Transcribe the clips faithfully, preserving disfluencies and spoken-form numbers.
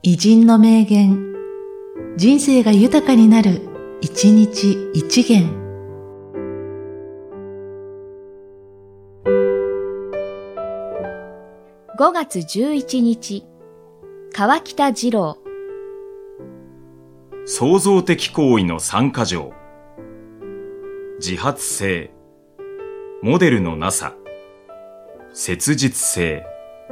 偉人の名言、人生が豊かになる、一日一元。 ごがつじゅういちにち、川北次郎。 創造的行為の三か条。自発性、モデルのなさ、切実性。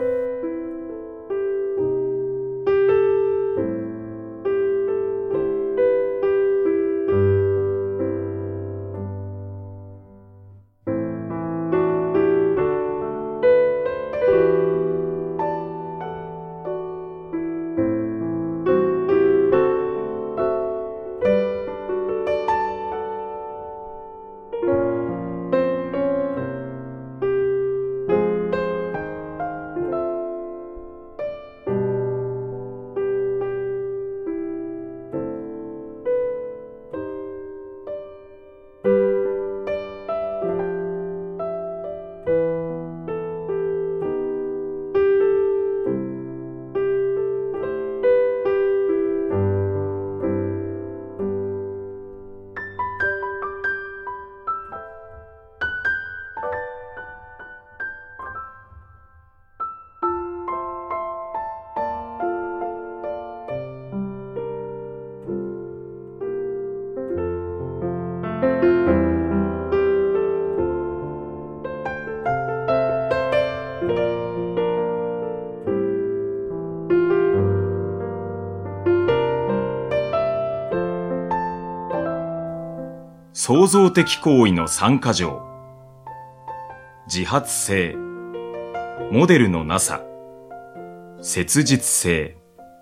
創造的行為の三か条。自発性、モデルのなさ、切実性。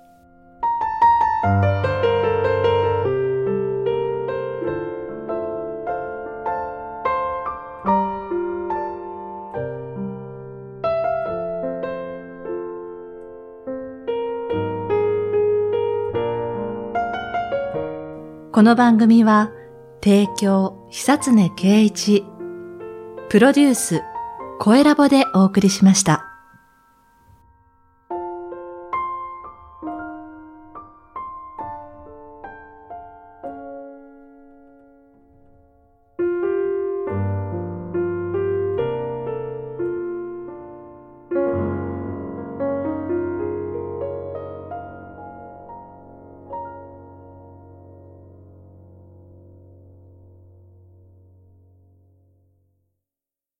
この番組は提供久常圭一、プロデュース声ラボでお送りしました。